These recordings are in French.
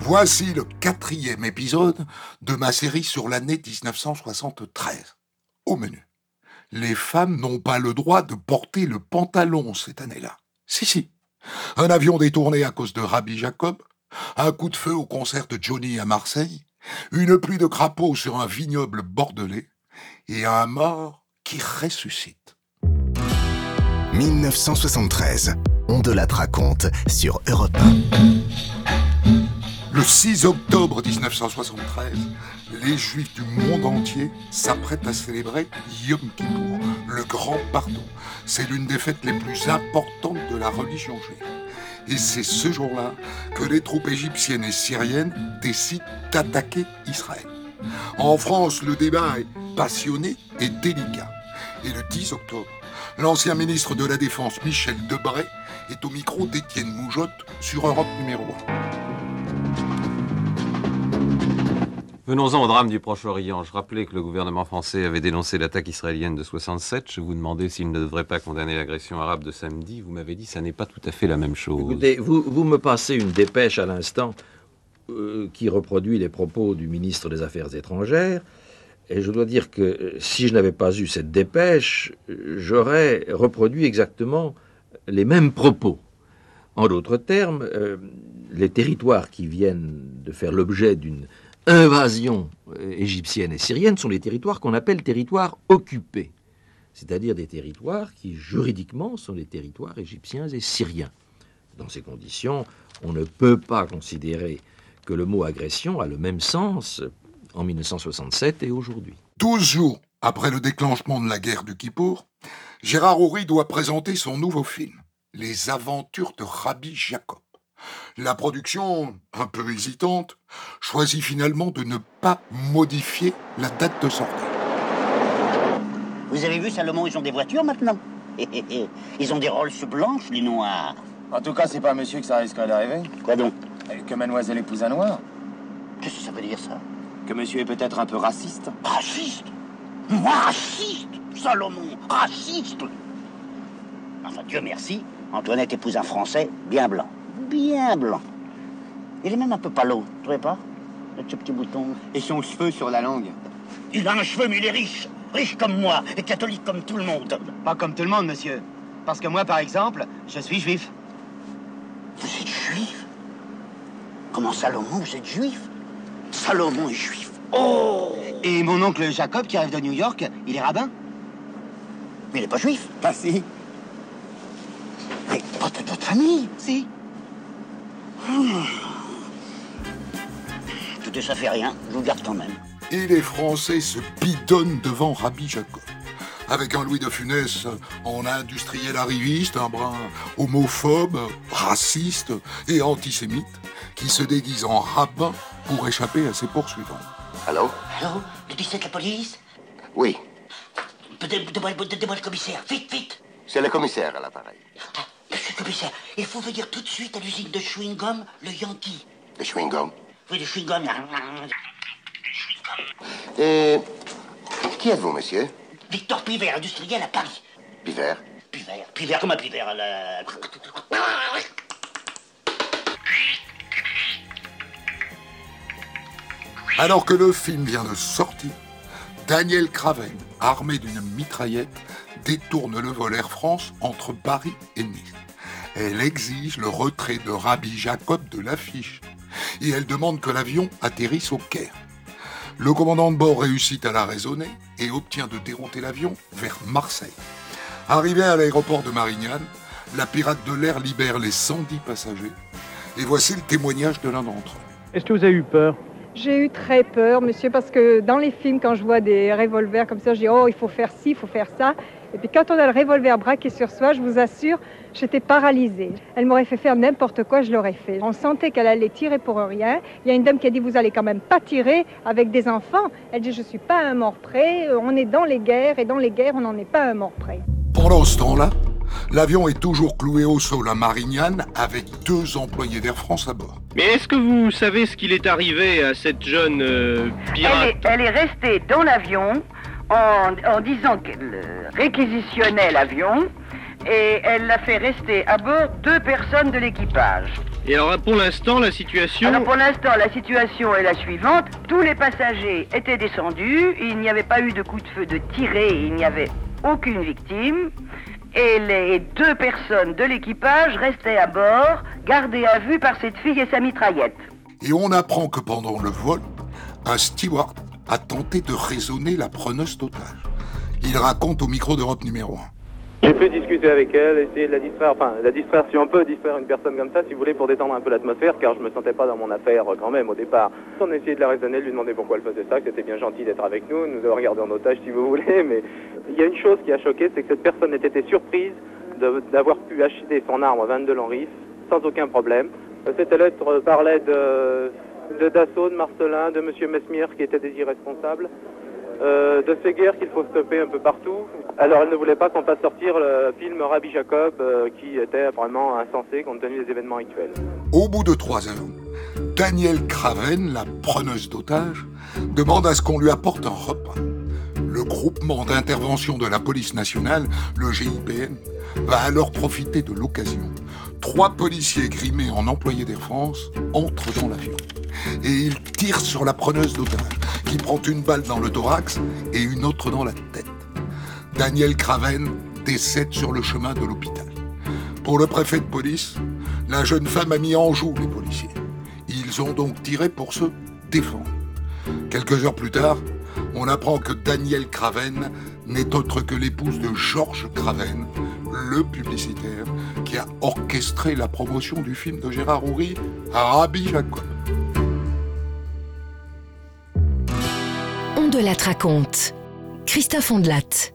Voici le 4e épisode de ma série sur l'année 1973. Au menu, les femmes n'ont pas le droit de porter le pantalon cette année-là. Si. Un avion détourné à cause de Rabbi Jacob, un coup de feu au concert de Johnny à Marseille, une pluie de crapauds sur un vignoble bordelais et un mort qui ressuscite. 1973, on de la raconte sur Europe 1. Le 6 octobre 1973, les Juifs du monde entier s'apprêtent à célébrer Yom Kippour, le grand pardon. C'est l'une des fêtes les plus importantes de la religion juive. Et c'est ce jour-là que les troupes égyptiennes et syriennes décident d'attaquer Israël. En France, le débat est passionné et délicat. Et le 10 octobre, l'ancien ministre de la Défense Michel Debré est au micro d'Étienne Moujotte sur Europe numéro 1. Venons-en au drame du Proche-Orient. Je rappelais que le gouvernement français avait dénoncé l'attaque israélienne de 67. Je vous demandais s'il ne devrait pas condamner l'agression arabe de samedi. Vous m'avez dit que ça n'est pas tout à fait la même chose. Écoutez, vous me passez une dépêche à l'instant qui reproduit les propos du ministre des Affaires étrangères. Et je dois dire que si je n'avais pas eu cette dépêche, j'aurais reproduit exactement les mêmes propos. En d'autres termes, les territoires qui viennent de faire l'objet d'une invasion égyptienne et syrienne sont les territoires qu'on appelle territoires occupés, c'est-à-dire des territoires qui, juridiquement, sont les territoires égyptiens et syriens. Dans ces conditions, on ne peut pas considérer que le mot agression a le même sens en 1967 et aujourd'hui. 12 jours après le déclenchement de la guerre du Kippour, Gérard Houry doit présenter son nouveau film, Les aventures de Rabbi Jacob. La production, un peu hésitante, choisit finalement de ne pas modifier la date de sortie. Vous avez vu, Salomon, ils ont des voitures maintenant. Ils ont des Rolls blanches, les noirs. En tout cas, c'est pas monsieur que ça risquerait d'arriver. Quoi donc? Que mademoiselle épouse un noir. Qu'est-ce que ça veut dire, ça? Que monsieur est peut-être un peu raciste. Raciste? Moi, raciste? Salomon, raciste? Enfin, Dieu merci, Antoinette épouse un Français bien blanc. Bien blanc. Il est même un peu palo, tu trouvez pas? Avec ce petit bouton. Et son cheveu sur la langue. Il a un cheveu, mais il est riche. Riche comme moi, et catholique comme tout le monde. Pas comme tout le monde, monsieur. Parce que moi, par exemple, je suis juif. Vous êtes juif? Comment Salomon, vous êtes juif? Salomon est juif. Oh! Et mon oncle Jacob, qui arrive de New York, il est rabbin. Mais il n'est pas juif. Ah si. Mais pas de votre famille. Si. Écoutez, ça fait rien, je vous garde quand même. Et les Français se bidonnent devant Rabbi Jacob. Avec un Louis de Funès en industriel arriviste, un brin homophobe, raciste et antisémite, qui se déguise en rabbin pour échapper à ses poursuivants. Allô? Allô? Le 17, la police? Oui, Donnez-moi le commissaire, vite! c'est le commissaire à l'appareil. Ah, monsieur le commissaire, il faut venir tout de suite à l'usine de chewing-gum, le Yankee. Le chewing-gum. Oui, le chewing-gum. Et qui êtes-vous, monsieur? Victor Pivert, industriel à Paris. Pivert. Pivert, comme un Pivert, Alors que le film vient de sortir, Daniel Craven, armé d'une mitraillette, détourne le vol Air France entre Paris et Nice. Elle exige le retrait de Rabbi Jacob de l'affiche et elle demande que l'avion atterrisse au Caire. Le commandant de bord réussit à la raisonner et obtient de dérouter l'avion vers Marseille. Arrivé à l'aéroport de Marignane, la pirate de l'air libère les 110 passagers. Et voici le témoignage de l'un d'entre eux. Est-ce que vous avez eu peur? J'ai eu très peur, monsieur, parce que dans les films, quand je vois des revolvers comme ça, je dis « Oh, il faut faire ci, il faut faire ça ». Et puis quand on a le revolver braqué sur soi, je vous assure, j'étais paralysée. Elle m'aurait fait faire n'importe quoi, je l'aurais fait. On sentait qu'elle allait tirer pour rien. Il y a une dame qui a dit « Vous allez quand même pas tirer avec des enfants ». Elle dit « Je suis pas à un mort près, on est dans les guerres, et dans les guerres, on n'en est pas à un mort près ». Pendant ce temps-là, l'avion est toujours cloué au sol à Marignane avec 2 employés d'Air France à bord. Mais est-ce que vous savez ce qu'il est arrivé à cette jeune pirate? Elle est restée dans l'avion en disant qu'elle réquisitionnait l'avion et elle l'a fait rester à bord 2 personnes de l'équipage. Et alors pour l'instant, la situation... Alors pour l'instant, la situation est la suivante. Tous les passagers étaient descendus, il n'y avait pas eu de coup de feu de tiré, il n'y avait aucune victime. Et les 2 personnes de l'équipage restaient à bord, gardées à vue par cette fille et sa mitraillette. Et on apprend que pendant le vol, un steward a tenté de raisonner la preneuse d'otage. Il raconte au micro d'Europe numéro 1. J'ai pu discuter avec elle, essayer de la distraire, si on peut distraire une personne comme ça, si vous voulez, pour détendre un peu l'atmosphère, car je me sentais pas dans mon affaire quand même au départ. On a essayé de la raisonner, de lui demander pourquoi elle faisait ça, que c'était bien gentil d'être avec nous, nous avoir regardé en otage si vous voulez, mais il y a une chose qui a choqué, c'est que cette personne était surprise d'avoir pu acheter son arme à 22 Lanriff sans aucun problème. Cette lettre parlait d'assaut, de Marcelin, de M. Mesmier qui étaient des irresponsables. De ces guerres qu'il faut stopper un peu partout. Alors elle ne voulait pas qu'on fasse sortir le film Rabbi Jacob qui était vraiment insensé compte tenu des événements actuels. Au bout de 3 heures, Danielle Craven, la preneuse d'otages, demande à ce qu'on lui apporte un repas. Le groupement d'intervention de la police nationale, le GIPN, va alors profiter de l'occasion. 3 policiers grimés en employés d'Air France entrent dans l'avion. Et ils tirent sur la preneuse d'otages, qui prend une balle dans le thorax et une autre dans la tête. Danielle Craven décède sur le chemin de l'hôpital. Pour le préfet de police, la jeune femme a mis en joue les policiers. Ils ont donc tiré pour se défendre. Quelques heures plus tard, on apprend que Danielle Craven n'est autre que l'épouse de Georges Craven, le publicitaire qui a orchestré la promotion du film de Gérard Houry, Rabbi Jacob. Ondelat raconte. Christophe Ondelat.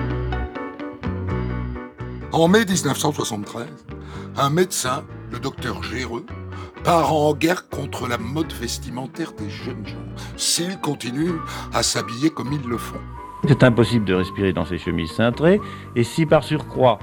En mai 1973, un médecin, le docteur Géreux, part en guerre contre la mode vestimentaire des jeunes gens, s'ils continuent à s'habiller comme ils le font. C'est impossible de respirer dans ces chemises cintrées, et si par surcroît,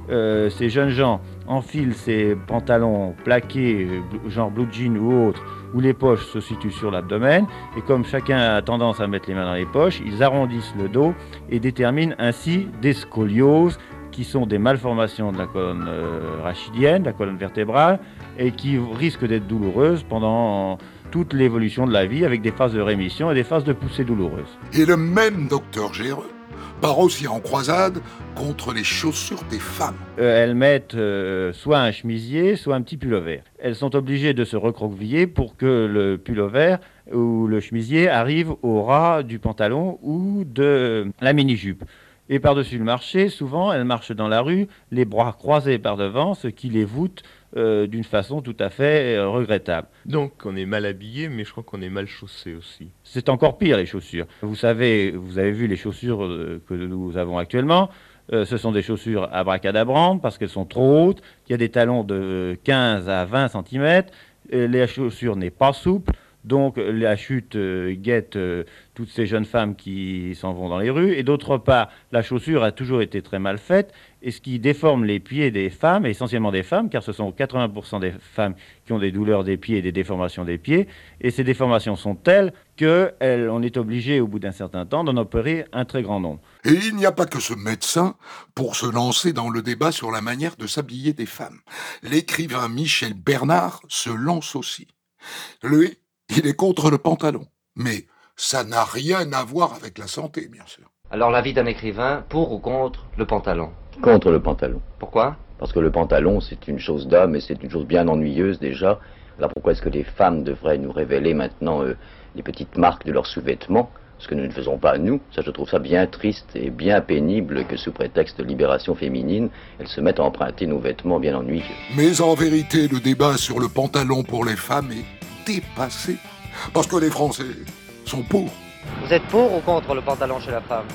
ces jeunes gens enfilent ces pantalons plaqués, genre blue jean ou autre, où les poches se situent sur l'abdomen, et comme chacun a tendance à mettre les mains dans les poches, ils arrondissent le dos et déterminent ainsi des scolioses, qui sont des malformations de la colonne rachidienne, de la colonne vertébrale, et qui risquent d'être douloureuses pendant toute l'évolution de la vie, avec des phases de rémission et des phases de poussée douloureuses. Et le même docteur Géreux part aussi en croisade contre les chaussures des femmes. Elles mettent soit un chemisier, soit un petit pull-over. Elles sont obligées de se recroqueviller pour que le pull-over ou le chemisier arrive au ras du pantalon ou de la mini-jupe. Et par-dessus le marché, souvent, elles marchent dans la rue, les bras croisés par devant, ce qui les voûte d'une façon tout à fait regrettable. Donc on est mal habillé, mais je crois qu'on est mal chaussé aussi. C'est encore pire, les chaussures. Vous avez vu les chaussures que nous avons actuellement. Ce sont des chaussures abracadabrantes parce qu'elles sont trop hautes. Il y a des talons de 15 à 20 cm. La chaussure n'est pas souple. Donc la chute guette toutes ces jeunes femmes qui s'en vont dans les rues. Et d'autre part, la chaussure a toujours été très mal faite, et ce qui déforme les pieds des femmes, essentiellement des femmes, car ce sont 80% des femmes qui ont des douleurs des pieds et des déformations des pieds. Et ces déformations sont telles qu'on est obligé, au bout d'un certain temps, d'en opérer un très grand nombre. Et il n'y a pas que ce médecin pour se lancer dans le débat sur la manière de s'habiller des femmes. L'écrivain Michel Bernard se lance aussi. Lui, il est contre le pantalon. Mais ça n'a rien à voir avec la santé, bien sûr. Alors l'avis d'un écrivain, pour ou contre le pantalon? Contre le pantalon. Pourquoi? Parce que le pantalon, c'est une chose d'homme et c'est une chose bien ennuyeuse déjà. Alors pourquoi est-ce que les femmes devraient nous révéler maintenant les petites marques de leurs sous-vêtements? Ce que nous ne faisons pas nous. Ça, je trouve ça bien triste et bien pénible que sous prétexte de libération féminine, elles se mettent à emprunter nos vêtements bien ennuyeux. Mais en vérité, le débat sur le pantalon pour les femmes est dépassé. Parce que les Français sont pour. Vous êtes pour ou contre le pantalon chez la femme?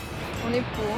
On est pour.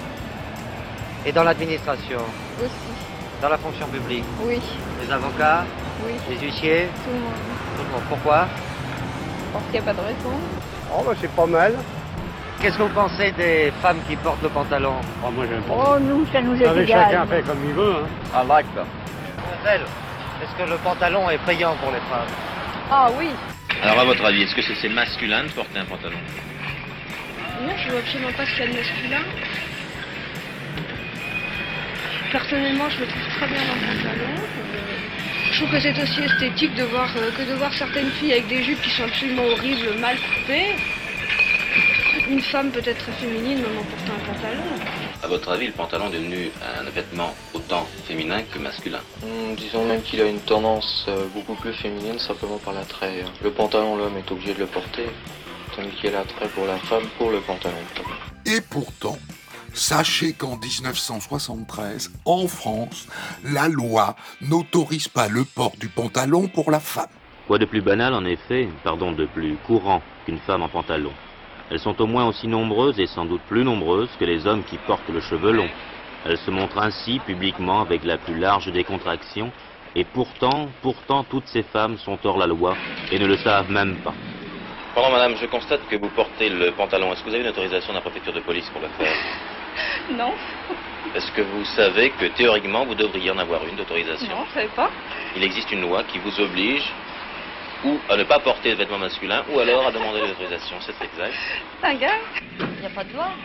Et dans l'administration? Aussi. Dans la fonction publique? Oui. Les avocats? Oui. Les huissiers? Tout le monde. Tout le monde. Pourquoi? Parce qu'il n'y a pas de raison. Oh, bah c'est pas mal. Qu'est-ce que vous pensez des femmes qui portent le pantalon? Oh, moi j'aime pas. Oh, nous, ça nous est égal. Chacun fait comme il veut. Hein. I like that. Est-ce que le pantalon est payant pour les femmes? Ah oui. Alors à votre avis, est-ce que c'est masculin de porter un pantalon? Non, je vois absolument pas ce qu'il y a de masculin. Personnellement, je me trouve très bien dans le pantalon. Je trouve que c'est aussi esthétique de voir certaines filles avec des jupes qui sont absolument horribles, mal coupées. Une femme peut être féminine même en portant un pantalon. À votre avis, le pantalon est devenu un vêtement autant féminin que masculin? Disons même qu'il a une tendance beaucoup plus féminine, simplement par l'attrait. Le pantalon, l'homme est obligé de le porter, tandis qu'il y a l'attrait pour la femme pour le pantalon. Et pourtant, sachez qu'en 1973, en France, la loi n'autorise pas le port du pantalon pour la femme. Quoi de plus banal, en effet, de plus courant qu'une femme en pantalon? Elles sont au moins aussi nombreuses et sans doute plus nombreuses que les hommes qui portent le cheveu long. Elles se montrent ainsi publiquement avec la plus large décontraction et pourtant, toutes ces femmes sont hors la loi et ne le savent même pas. Pardon madame, je constate que vous portez le pantalon. Est-ce que vous avez une autorisation de la préfecture de police pour le faire? Non. Est-ce que vous savez que théoriquement vous devriez en avoir une d'autorisation? Non, je savais pas. Il existe une loi qui vous oblige ou à ne pas porter de vêtements masculins, ou alors à demander l'autorisation, c'est exact. C'est un gars. Il n'y a pas de loi.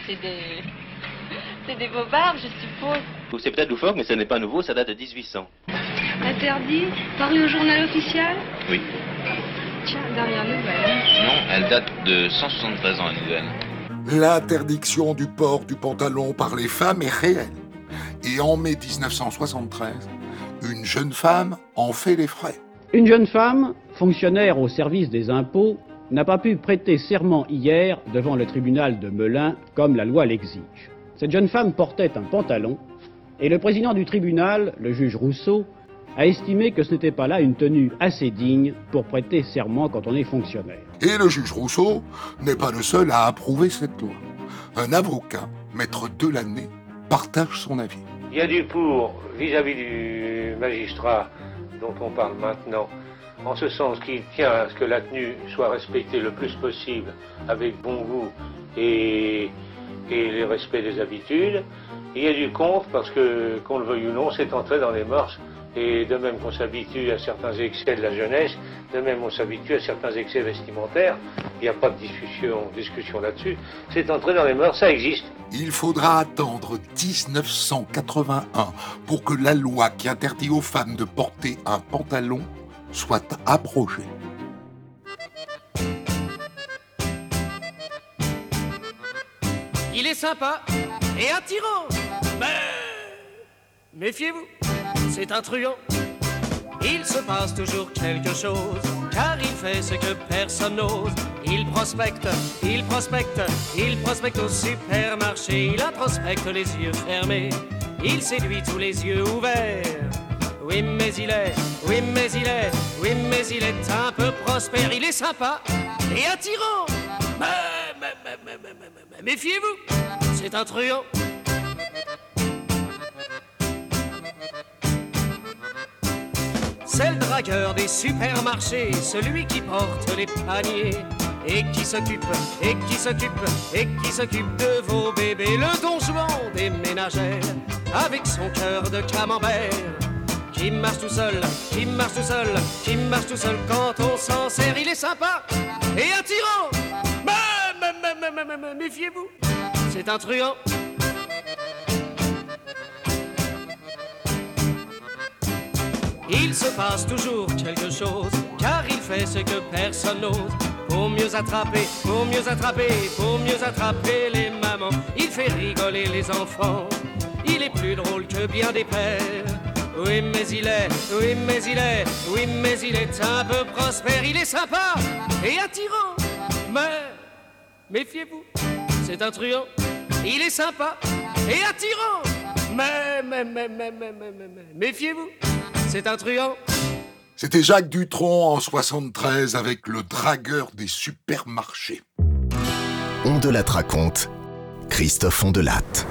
C'est des bobards, je suppose. C'est peut-être loufoque, mais ce n'est pas nouveau, ça date de 1800. Interdit, paru au journal officiel? Oui. Tiens, dernière nouvelle. Non, elle date de 173 ans, la nouvelle. L'interdiction du port du pantalon par les femmes est réelle. Et en mai 1973, une jeune femme en fait les frais. Une jeune femme, fonctionnaire au service des impôts, n'a pas pu prêter serment hier devant le tribunal de Melun comme la loi l'exige. Cette jeune femme portait un pantalon et le président du tribunal, le juge Rousseau, a estimé que ce n'était pas là une tenue assez digne pour prêter serment quand on est fonctionnaire. Et le juge Rousseau n'est pas le seul à approuver cette loi. Un avocat, maître Delaney, partage son avis. Il y a du pour vis-à-vis du magistrat dont on parle maintenant, en ce sens qu'il tient à ce que la tenue soit respectée le plus possible avec bon goût et le respect des habitudes. Il y a du contre parce que, qu'on le veuille ou non, c'est entré dans les mœurs. Et de même qu'on s'habitue à certains excès de la jeunesse, de même on s'habitue à certains excès vestimentaires. Il n'y a pas de discussion là-dessus. C'est entré dans les mœurs, ça existe. Il faudra attendre 1981 pour que la loi qui interdit aux femmes de porter un pantalon soit abrogée. Il est sympa et attirant, mais méfiez-vous, c'est un truand. Il se passe toujours quelque chose, car il fait ce que personne n'ose. Il prospecte au supermarché. Il introspecte les yeux fermés, il séduit tous les yeux ouverts. Oui mais il est un peu prospère. Il est sympa et attirant, mais méfiez-vous, c'est un truand. C'est le dragueur des supermarchés, celui qui porte les paniers et qui s'occupe de vos bébés. Le don Juan des ménagères avec son cœur de camembert qui marche tout seul quand on s'en sert. Il est sympa et attirant, mais méfiez-vous, c'est un truand. Il se passe toujours quelque chose, car il fait ce que personne n'ose. Pour mieux attraper les mamans, il fait rigoler les enfants. Il est plus drôle que bien des pères. Oui mais il est un peu prospère. Il est sympa et attirant, mais méfiez-vous, c'est un truand. Il est sympa et attirant, mais méfiez-vous, c'est un truand. C'était Jacques Dutronc en 73 avec le dragueur des supermarchés. On de la raconte, Christophe Ondelatte.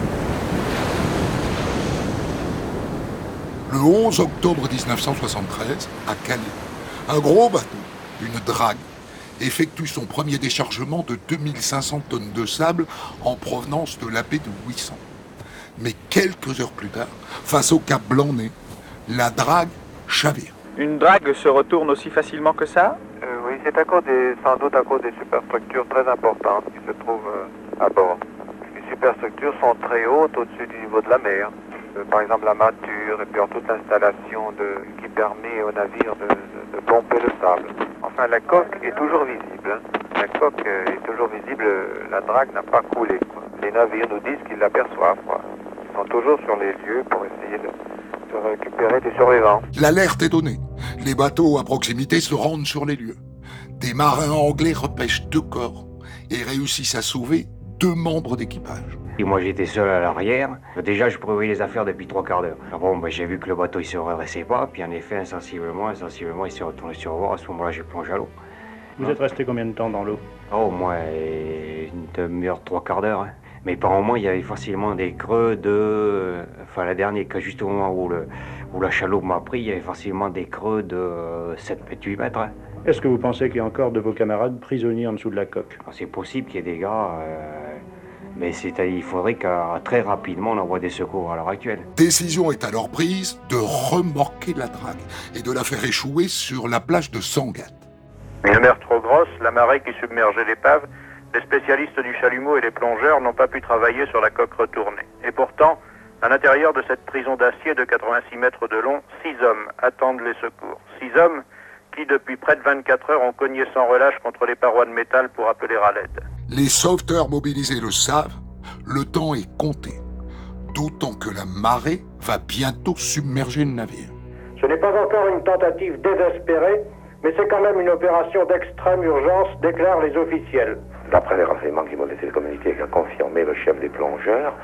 Le 11 octobre 1973, à Calais, un gros bateau, une drague, effectue son premier déchargement de 2500 tonnes de sable en provenance de la baie de Ouessant. Mais quelques heures plus tard, face au cap Blanc-Nez, la drague chavire. Une drague se retourne aussi facilement que ça? Oui, c'est sans doute à cause des superstructures très importantes qui se trouvent à bord. Les superstructures sont très hautes au-dessus du niveau de la mer. par exemple la mâture et puis toute l'installation qui permet au navire de pomper le sable. Enfin, la coque est toujours visible. La coque est toujours visible, la drague n'a pas coulé. Les navires nous disent qu'ils l'aperçoivent. Ils sont toujours sur les lieux pour essayer de récupérer des survivants. L'alerte est donnée. Les bateaux à proximité se rendent sur les lieux. Des marins anglais repêchent 2 corps et réussissent à sauver 2 membres d'équipage. Et moi j'étais seul à l'arrière. Déjà je prévoyais les affaires depuis 3/4 d'heure. Alors bon, j'ai vu que le bateau il se redressait pas, puis en effet insensiblement il s'est retourné sur bord. À ce moment-là j'ai plongé à l'eau. Vous êtes resté combien de temps dans l'eau? Oh, moi, une demi-heure, 3/4 d'heure. Hein. Mais par moment, il y avait facilement des creux de... Enfin, la dernière, juste au moment où la chaloupe m'a pris, il y avait facilement des creux de 7-8 mètres. Hein. Est-ce que vous pensez qu'il y a encore de vos camarades prisonniers en dessous de la coque? C'est possible qu'il y ait des gars, mais il faudrait que très rapidement on envoie des secours à l'heure actuelle. Décision est alors prise de remorquer la drague et de la faire échouer sur la plage de Sangatte. Une mer trop grosse, la marée qui submergeait l'épave, les spécialistes du chalumeau et les plongeurs n'ont pas pu travailler sur la coque retournée. Et pourtant, à l'intérieur de cette prison d'acier de 86 mètres de long, 6 hommes attendent les secours. 6 hommes qui, depuis près de 24 heures, ont cogné sans relâche contre les parois de métal pour appeler à l'aide. Les sauveteurs mobilisés le savent, le temps est compté. D'autant que la marée va bientôt submerger le navire. Ce n'est pas encore une tentative désespérée, mais c'est quand même une opération d'extrême urgence, déclarent les officiels. D'après les renseignements qui m'ont été communiqués et qu'a confirmé le chef des plongeurs,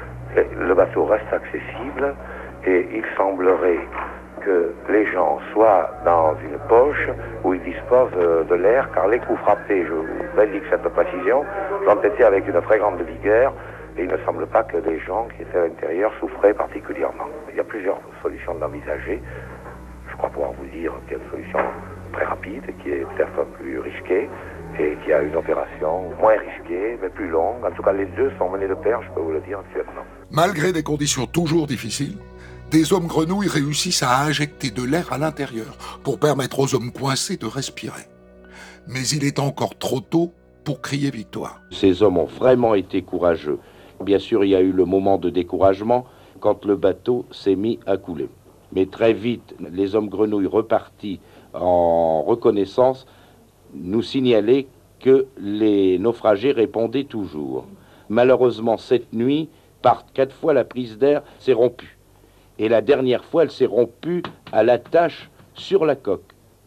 le bateau reste accessible et il semblerait que les gens soient dans une poche où ils disposent de l'air, car les coups frappés, je vous indique cette précision, ont été avec une très grande vigueur et il ne semble pas que les gens qui étaient à l'intérieur souffraient particulièrement. Il y a plusieurs solutions d'envisager. Je crois pouvoir vous dire qu'il y a une solution très rapide, qui est peut-être plus risquée, et qui a une opération moins risquée, mais plus longue. En tout cas, les deux sont menés de pair, je peux vous le dire actuellement. Malgré des conditions toujours difficiles, des hommes grenouilles réussissent à injecter de l'air à l'intérieur pour permettre aux hommes coincés de respirer. Mais il est encore trop tôt pour crier victoire. Ces hommes ont vraiment été courageux. Bien sûr, il y a eu le moment de découragement quand le bateau s'est mis à couler. Mais très vite, les hommes grenouilles repartis en reconnaissance nous signalaient que les naufragés répondaient toujours. Malheureusement, cette nuit, par 4 fois, la prise d'air s'est rompue. Et la dernière fois, elle s'est rompue à l'attache sur la coque.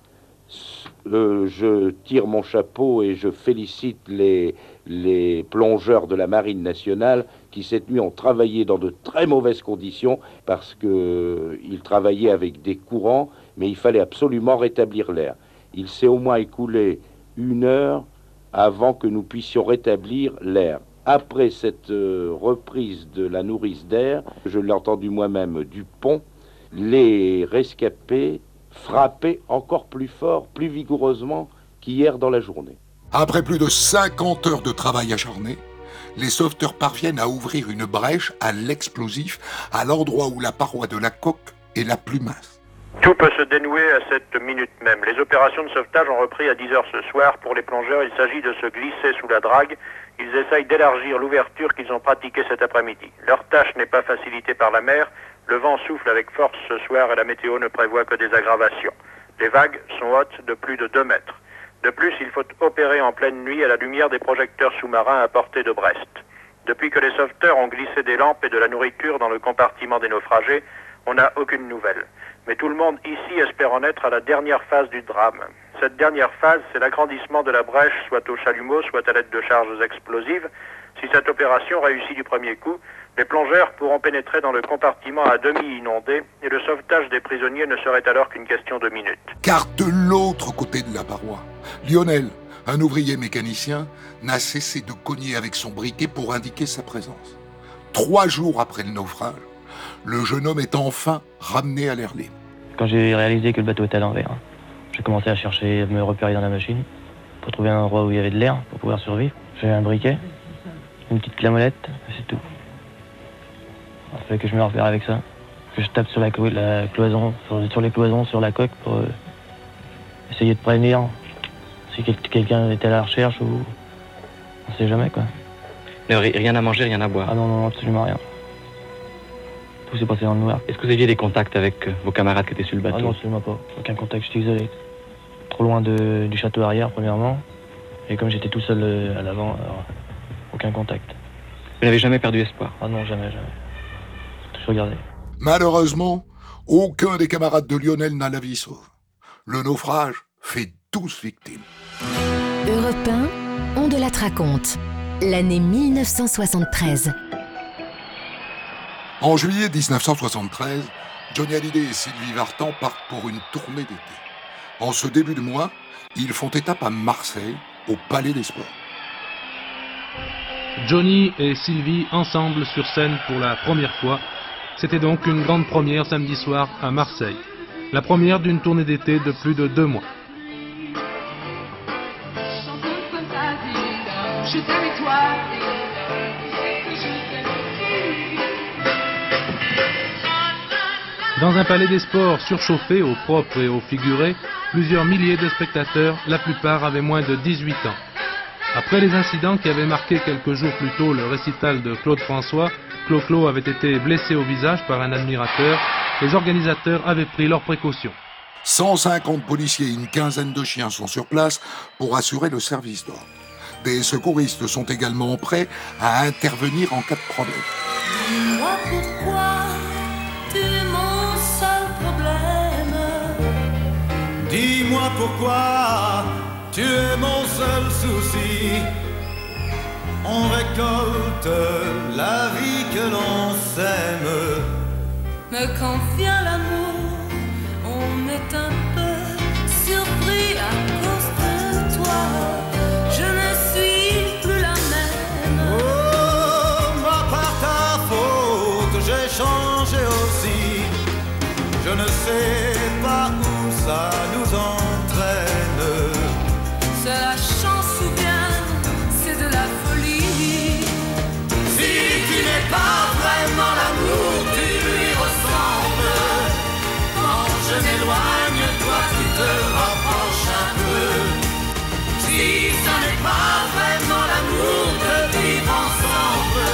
Je tire mon chapeau et je félicite les plongeurs de la Marine nationale qui, cette nuit, ont travaillé dans de très mauvaises conditions parce qu'ils travaillaient avec des courants, mais il fallait absolument rétablir l'air. Il s'est au moins écoulé 1 heure avant que nous puissions rétablir l'air. Après cette reprise de la nourrice d'air, je l'ai entendu moi-même du pont, les rescapés frappaient encore plus fort, plus vigoureusement qu'hier dans la journée. Après plus de 50 heures de travail acharné, les sauveteurs parviennent à ouvrir une brèche à l'explosif à l'endroit où la paroi de la coque est la plus mince. Tout peut se dénouer à cette minute même. Les opérations de sauvetage ont repris à 10 heures ce soir. Pour les plongeurs, il s'agit de se glisser sous la drague. Ils essayent d'élargir l'ouverture qu'ils ont pratiquée cet après-midi. Leur tâche n'est pas facilitée par la mer. Le vent souffle avec force ce soir et la météo ne prévoit que des aggravations. Les vagues sont hautes de plus de 2 mètres. De plus, il faut opérer en pleine nuit à la lumière des projecteurs sous-marins à portée de Brest. Depuis que les sauveteurs ont glissé des lampes et de la nourriture dans le compartiment des naufragés, on n'a aucune nouvelle. Mais tout le monde ici espère en être à la dernière phase du drame. Cette dernière phase, c'est l'agrandissement de la brèche, soit au chalumeau, soit à l'aide de charges explosives. Si cette opération réussit du premier coup, les plongeurs pourront pénétrer dans le compartiment à demi inondé et le sauvetage des prisonniers ne serait alors qu'une question de minutes. Car de l'autre côté de la paroi, Lionel, un ouvrier mécanicien, n'a cessé de cogner avec son briquet pour indiquer sa présence. 3 jours après le naufrage, le jeune homme est enfin ramené à l'air libre. Quand j'ai réalisé que le bateau était à l'envers, j'ai commencé à chercher, à me repérer dans la machine pour trouver un endroit où il y avait de l'air pour pouvoir survivre. J'ai un briquet, une petite clamolette, c'est tout. Il fallait que je me repère avec ça, que je tape sur la cloison, sur les cloisons, sur la coque pour essayer de prévenir si quelqu'un était à la recherche ou on sait jamais quoi. Rien à manger, rien à boire. Ah non, absolument rien. Tout s'est passé dans le noir. Est-ce que vous aviez des contacts avec vos camarades qui étaient sur le bateau? Ah non, absolument pas. Aucun contact, j'étais isolé. Trop loin du château arrière, premièrement. Et comme j'étais tout seul à l'avant, alors aucun contact. Vous n'avez jamais perdu espoir? Ah non, jamais. Toujours gardé. Malheureusement, aucun des camarades de Lionel n'a la vie sauve. Le naufrage fait 12 victimes. Europe 1, on de la raconte. L'année 1973. En juillet 1973, Johnny Hallyday et Sylvie Vartan partent pour une tournée d'été. En ce début de mois, ils font étape à Marseille, au Palais des Sports. Johnny et Sylvie ensemble sur scène pour la première fois. C'était donc une grande première samedi soir à Marseille. La première d'une tournée d'été de plus de 2 mois. Dans un palais des sports surchauffé au propre et au figuré, plusieurs milliers de spectateurs, la plupart avaient moins de 18 ans. Après les incidents qui avaient marqué quelques jours plus tôt le récital de Claude François, Clo-Clo avait été blessé au visage par un admirateur, les organisateurs avaient pris leurs précautions. 150 policiers et une quinzaine de chiens sont sur place pour assurer le service d'ordre. Des secouristes sont également prêts à intervenir en cas de problème. Dis-moi pourquoi tu es mon seul problème. Dis-moi pourquoi tu es mon seul souci. On récolte la vie que l'on sème. Mais quand vient l'amour, on est un peu surpris à cause de toi. Je ne suis plus la même. Oh, moi par ta faute, j'ai changé aussi. Je ne sais pas où ça nous entraîne. C'est la chance ou bien c'est de la folie. Si tu n'es pas vraiment l'amour, tu lui ressembles. Quand je m'éloigne, toi tu te rapproches un peu. Si ça n'est pas vraiment l'amour de vivre ensemble,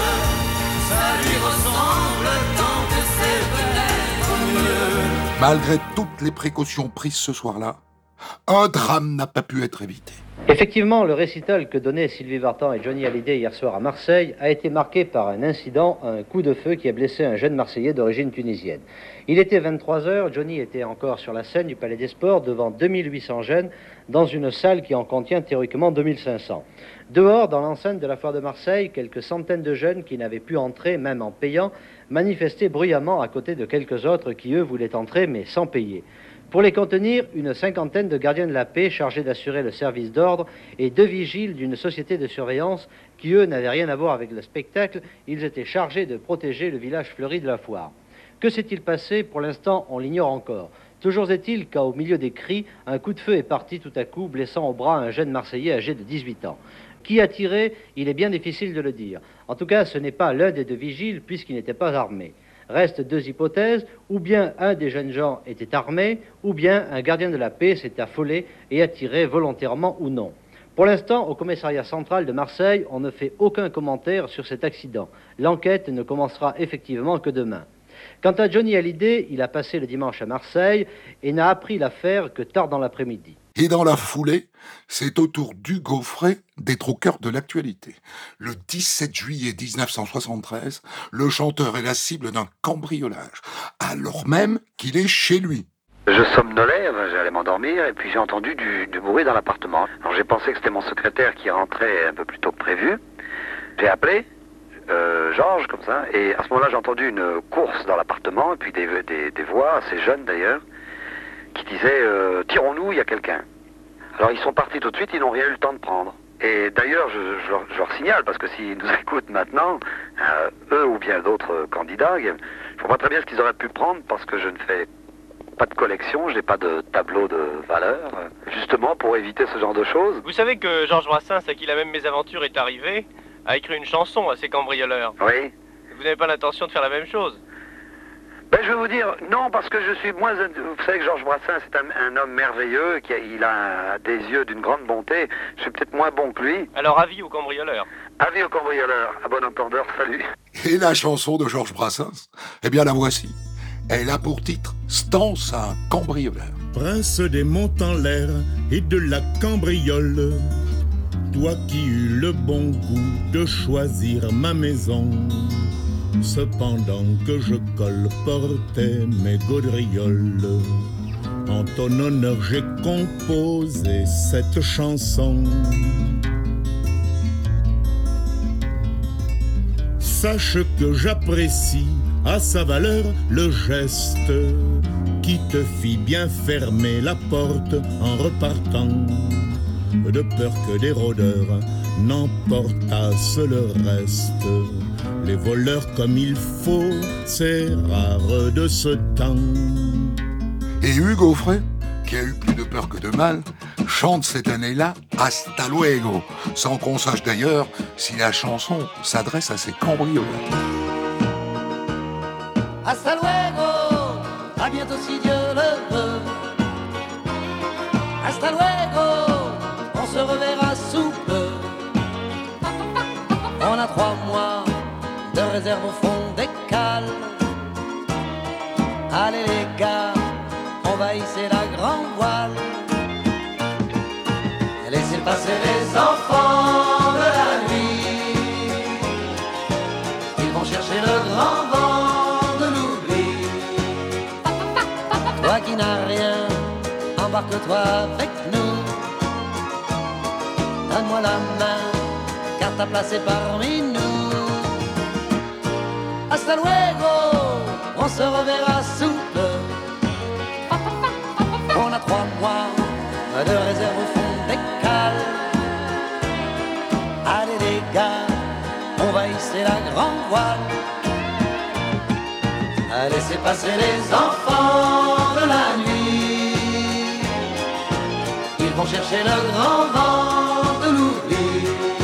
ça lui ressemble tant que c'est peut-être mieux. Malgré toutes les précautions prises ce soir-là, un drame n'a pas pu être évité. Effectivement, le récital que donnaient Sylvie Vartan et Johnny Hallyday hier soir à Marseille a été marqué par un incident, un coup de feu qui a blessé un jeune Marseillais d'origine tunisienne. Il était 23h, Johnny était encore sur la scène du Palais des Sports devant 2800 jeunes dans une salle qui en contient théoriquement 2500. Dehors, dans l'enceinte de la foire de Marseille, quelques centaines de jeunes qui n'avaient pu entrer, même en payant, manifestaient bruyamment à côté de quelques autres qui, eux, voulaient entrer mais sans payer. Pour les contenir, une cinquantaine de gardiens de la paix chargés d'assurer le service d'ordre et 2 vigiles d'une société de surveillance qui, eux, n'avaient rien à voir avec le spectacle. Ils étaient chargés de protéger le village fleuri de la foire. Que s'est-il passé? Pour l'instant, on l'ignore encore. Toujours est-il qu'au milieu des cris, un coup de feu est parti tout à coup, blessant au bras un jeune Marseillais âgé de 18 ans. Qui a tiré? Il est bien difficile de le dire. En tout cas, ce n'est pas l'un des 2 vigiles, puisqu'il n'était pas armé. Restent 2 hypothèses, ou bien un des jeunes gens était armé, ou bien un gardien de la paix s'est affolé et a tiré volontairement ou non. Pour l'instant, au commissariat central de Marseille, on ne fait aucun commentaire sur cet accident. L'enquête ne commencera effectivement que demain. Quant à Johnny Hallyday, il a passé le dimanche à Marseille et n'a appris l'affaire que tard dans l'après-midi. Et dans la foulée, c'est au tour d'Hugo Frey d'être au cœur de l'actualité. Le 17 juillet 1973, le chanteur est la cible d'un cambriolage, alors même qu'il est chez lui. Je somnolais, j'allais m'endormir, et puis j'ai entendu du bruit dans l'appartement. Alors j'ai pensé que c'était mon secrétaire qui rentrait un peu plus tôt que prévu. J'ai appelé Georges, comme ça, et à ce moment-là j'ai entendu une course dans l'appartement, et puis des voix, assez jeunes d'ailleurs, qui disaient « Tirons-nous, il y a quelqu'un ». Alors ils sont partis tout de suite, ils n'ont rien eu le temps de prendre. Et d'ailleurs, je leur signale, parce que s'ils nous écoutent maintenant, eux ou bien d'autres candidats, je ne vois pas très bien ce qu'ils auraient pu prendre, parce que je ne fais pas de collection, je n'ai pas de tableau de valeur, justement pour éviter ce genre de choses. Vous savez que Georges Brassens, à qui la même mésaventure est arrivée, a écrit une chanson à ces cambrioleurs. Oui. Vous n'avez pas l'intention de faire la même chose? Ben, je vais vous dire, non, parce que je suis moins... Vous savez que Georges Brassens est un homme merveilleux, il a des yeux d'une grande bonté. Je suis peut-être moins bon que lui. Alors avis aux cambrioleurs? Avis au cambrioleur, à bon entendeur, salut. Et la chanson de Georges Brassens, eh bien la voici. Elle a pour titre Stance à un cambrioleur. Prince des monts en l'air et de la cambriole, toi qui eus le bon goût de choisir ma maison, cependant que je colportais mes gaudrioles, en ton honneur j'ai composé cette chanson. Sache que j'apprécie à sa valeur le geste qui te fit bien fermer la porte en repartant, de peur que des rôdeurs n'emportassent le reste. Les voleurs comme il faut, c'est rare de ce temps. Et Hugo Frey, qui a eu plus de peur que de mal, chante cette année-là Hasta luego, sans qu'on sache d'ailleurs si la chanson s'adresse à ses cambrioleurs. Hasta luego, à bientôt si Dieu le veut. Hasta luego, on se reverra sous peu. On a 3 mois de réserve au fond des cales. Allez les gars, on va hisser la grande voile. Laissez passer les enfants de la nuit. Ils vont chercher le grand vent de l'oubli. Toi qui n'as rien, embarque-toi avec nous. Donne-moi la main, car ta place est parmi nous. Hasta luego, on se reverra sous peu. On a 3 mois de réserve au fond des cales. Allez les gars, on va hisser la grande voile. Laissez passer les enfants de la nuit. Ils vont chercher le grand vent de l'oubli.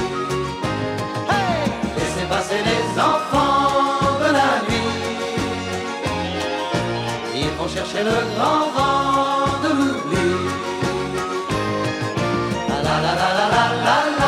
Hey, laissez passer les enfants de la nuit. Ils vont chercher le grand vent de l'oubli. La la la la la la la la.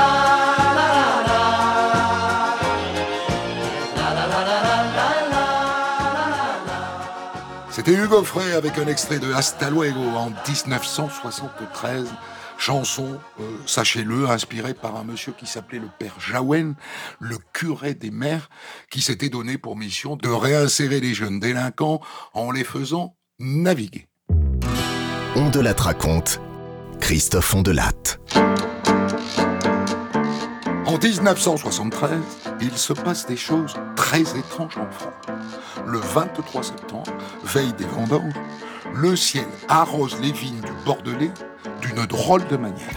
C'était Hugo Frey avec un extrait de Hasta luego en 1973, chanson, sachez-le, inspirée par un monsieur qui s'appelait le père Jaouen, le curé des mers, qui s'était donné pour mission de réinsérer les jeunes délinquants en les faisant naviguer. Ondelat raconte, Christophe Ondelat. En 1973, il se passe des choses très étranges en France. Le 23 septembre, veille des vendanges, le ciel arrose les vignes du Bordelais d'une drôle de manière.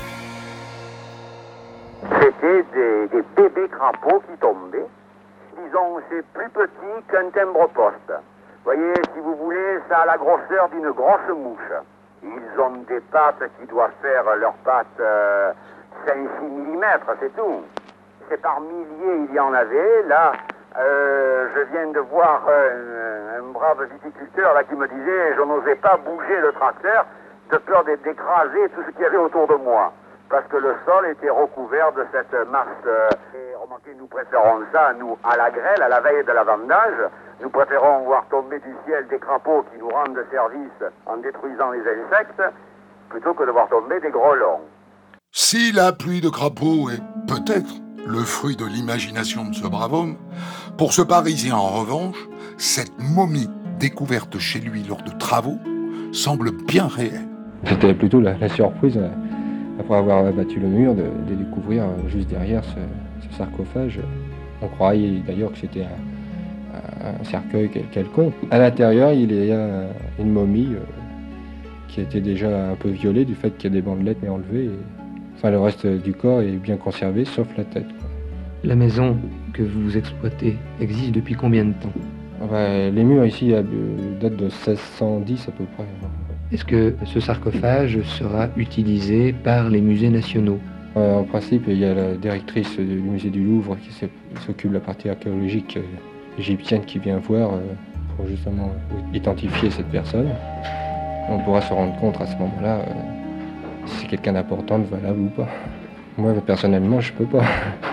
C'était des bébés crapauds qui tombaient. Disons, c'est plus petit qu'un timbre-poste. Vous voyez, si vous voulez, ça a la grosseur d'une grosse mouche. Ils ont des pattes qui doivent faire leurs pattes 5-6 mm, c'est tout. C'est par milliers, il y en avait. Là, je viens de voir un brave viticulteur là, qui me disait « Je n'osais pas bouger le tracteur de peur d'écraser tout ce qu'il y avait autour de moi. » Parce que le sol était recouvert de cette masse. Et remarquez, nous préférons ça, nous, à la grêle, à la veille de la vendange. Nous préférons voir tomber du ciel des crapauds qui nous rendent service en détruisant les insectes, plutôt que de voir tomber des grelons. Si la pluie de crapauds est peut-être le fruit de l'imagination de ce brave homme, pour ce Parisien en revanche, cette momie découverte chez lui lors de travaux semble bien réelle. C'était plutôt la surprise, après avoir battu le mur, de découvrir juste derrière ce sarcophage. On croyait d'ailleurs que c'était un cercueil quelconque. À l'intérieur, il y a une momie qui était déjà un peu violée du fait qu'il y a des bandelettes mais enlevées. Enfin, le reste du corps est bien conservé, sauf la tête. La maison que vous exploitez existe depuis combien de temps? Les murs ici datent de 1610 à peu près. Est-ce que ce sarcophage sera utilisé par les musées nationaux? En principe, il y a la directrice du musée du Louvre qui s'occupe de la partie archéologique égyptienne qui vient voir pour justement identifier cette personne. On pourra se rendre compte à ce moment-là si c'est quelqu'un d'important, de valable ou pas. Moi, personnellement, je peux pas. Je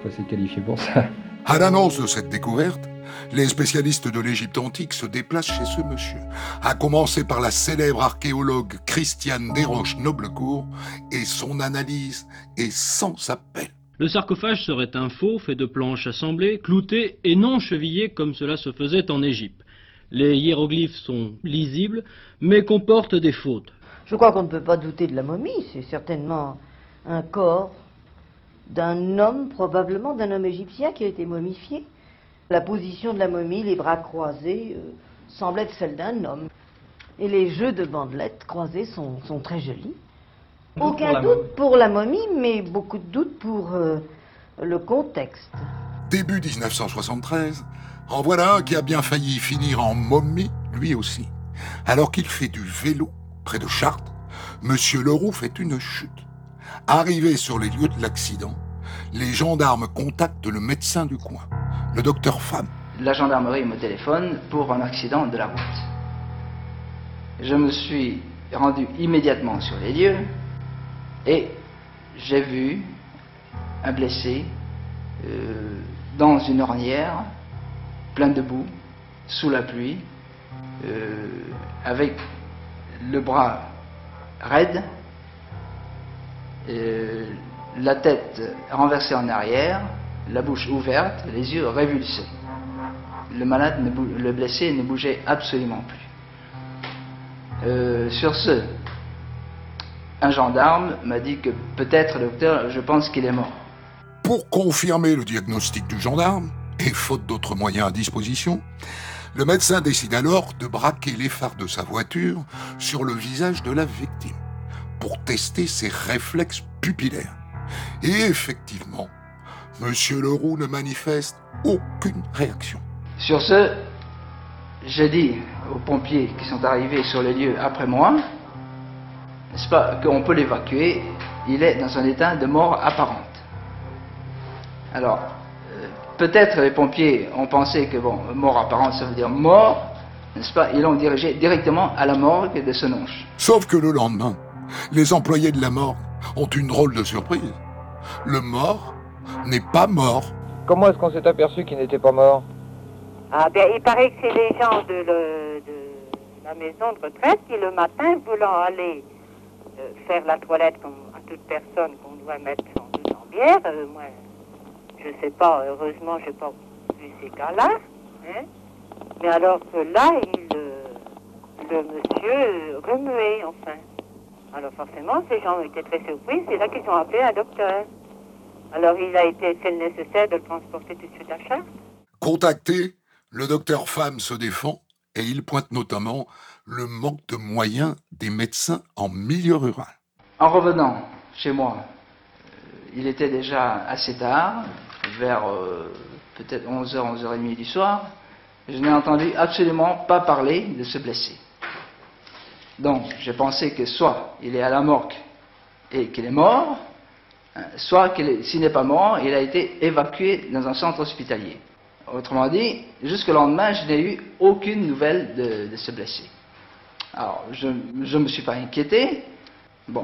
pas assez qualifié pour ça. À l'annonce de cette découverte, les spécialistes de l'Égypte antique se déplacent chez ce monsieur, à commencer par la célèbre archéologue Christiane Desroches-Noblecourt, et son analyse est sans appel. Le sarcophage serait un faux fait de planches assemblées, cloutées et non chevillées comme cela se faisait en Égypte. Les hiéroglyphes sont lisibles, mais comportent des fautes. Je crois qu'on ne peut pas douter de la momie, c'est certainement un corps d'un homme, probablement d'un homme égyptien qui a été momifié. La position de la momie, les bras croisés, semble être celle d'un homme. Et les jeux de bandelettes croisées sont très jolis. Aucun doute pour la momie, mais beaucoup de doutes pour le contexte. Début 1973, en voilà un qui a bien failli finir en momie, lui aussi. Alors qu'il fait du vélo près de Chartres, Monsieur Leroux fait une chute. Arrivé sur les lieux de l'accident, les gendarmes contactent le médecin du coin, le docteur Pham. La gendarmerie me téléphone pour un accident de la route. Je me suis rendu immédiatement sur les lieux et j'ai vu un blessé dans une ornière, plein de boue, sous la pluie, avec le bras raide, la tête renversée en arrière, la bouche ouverte, les yeux révulsés. Le malade, le blessé ne bougeait absolument plus. Sur ce, un gendarme m'a dit que peut-être, docteur, je pense qu'il est mort. Pour confirmer le diagnostic du gendarme, et faute d'autres moyens à disposition, le médecin décide alors de braquer les phares de sa voiture sur le visage de la victime, pour tester ses réflexes pupillaires. Et effectivement, Monsieur Leroux ne manifeste aucune réaction. Sur ce, j'ai dit aux pompiers qui sont arrivés sur les lieux après moi, n'est-ce pas, qu'on peut l'évacuer, il est dans un état de mort apparente. Alors, peut-être les pompiers ont pensé que, bon, mort apparente, ça veut dire mort, n'est-ce pas, ils l'ont dirigé directement à la morgue de Senonches. Sauf que le lendemain, les employés de la morgue ont une drôle de surprise. Le mort n'est pas mort. Comment est-ce qu'on s'est aperçu qu'il n'était pas mort? Ah bien, il paraît que c'est les gens de la maison de retraite qui, le matin, voulant aller faire la toilette comme à toute personne qu'on doit mettre sans doute en bière, moi, je sais pas, heureusement, j'ai pas vu ces cas-là, hein, mais alors que là, le monsieur remuait, enfin. Alors forcément, ces gens étaient très surpris, c'est là qu'ils ont appelé un docteur. Alors il a été fait le nécessaire de le transporter tout de suite à Chartres. Contacté, le docteur Pham se défend et il pointe notamment le manque de moyens des médecins en milieu rural. En revenant chez moi, il était déjà assez tard, vers peut-être 11h, 11h30 du soir. Je n'ai entendu absolument pas parler de ce blessé. Donc, j'ai pensé que soit il est à la morgue et qu'il est mort, soit s'il n'est pas mort, il a été évacué dans un centre hospitalier. Autrement dit, jusqu'au lendemain, je n'ai eu aucune nouvelle de ce blessé. Alors, je ne me suis pas inquiété. Bon.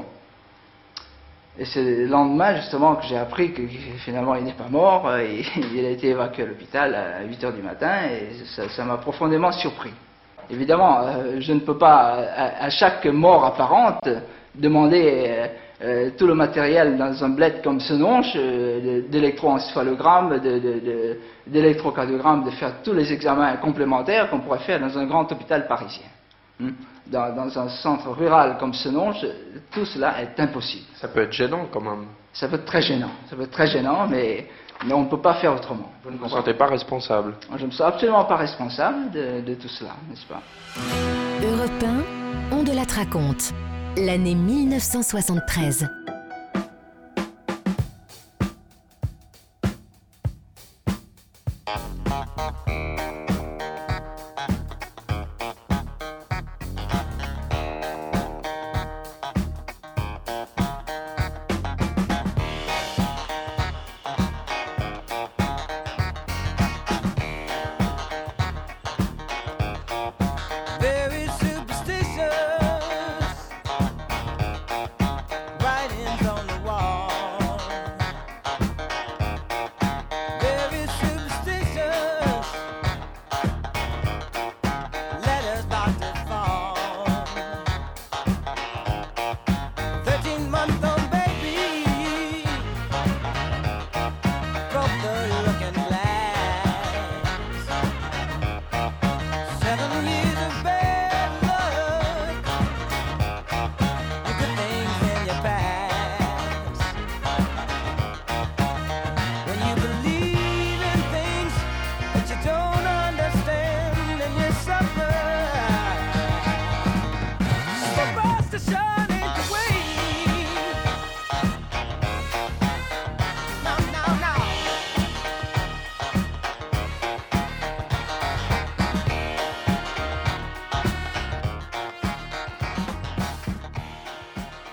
Et c'est le lendemain, justement, que j'ai appris que finalement, il n'est pas mort. Et il a été évacué à l'hôpital à 8h du matin et ça m'a profondément surpris. Évidemment, je ne peux pas, à chaque mort apparente, demander tout le matériel dans un bled comme Senonches, d'électroencéphalogramme, d'électrocardiogramme, de faire tous les examens complémentaires qu'on pourrait faire dans un grand hôpital parisien. Dans un centre rural comme Senonches, tout cela est impossible. Ça peut être gênant quand même. Ça peut être très gênant. Ça peut être très gênant, mais on ne peut pas faire autrement. Vous ne vous sentez pas responsable? Je ne me sens absolument pas responsable de tout cela, n'est-ce pas? Europe 1, on de la raconte. L'année 1973.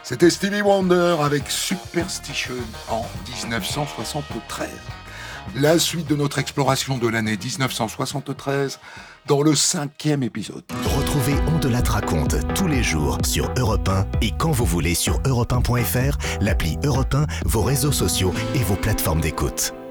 C'était Stevie Wonder avec Superstition en 1973. La suite de notre exploration de l'année 1973 dans le 5e épisode. Retrouvez On de la raconte tous les jours sur Europe 1 et quand vous voulez sur europe1.fr, l'appli Europe 1, vos réseaux sociaux et vos plateformes d'écoute.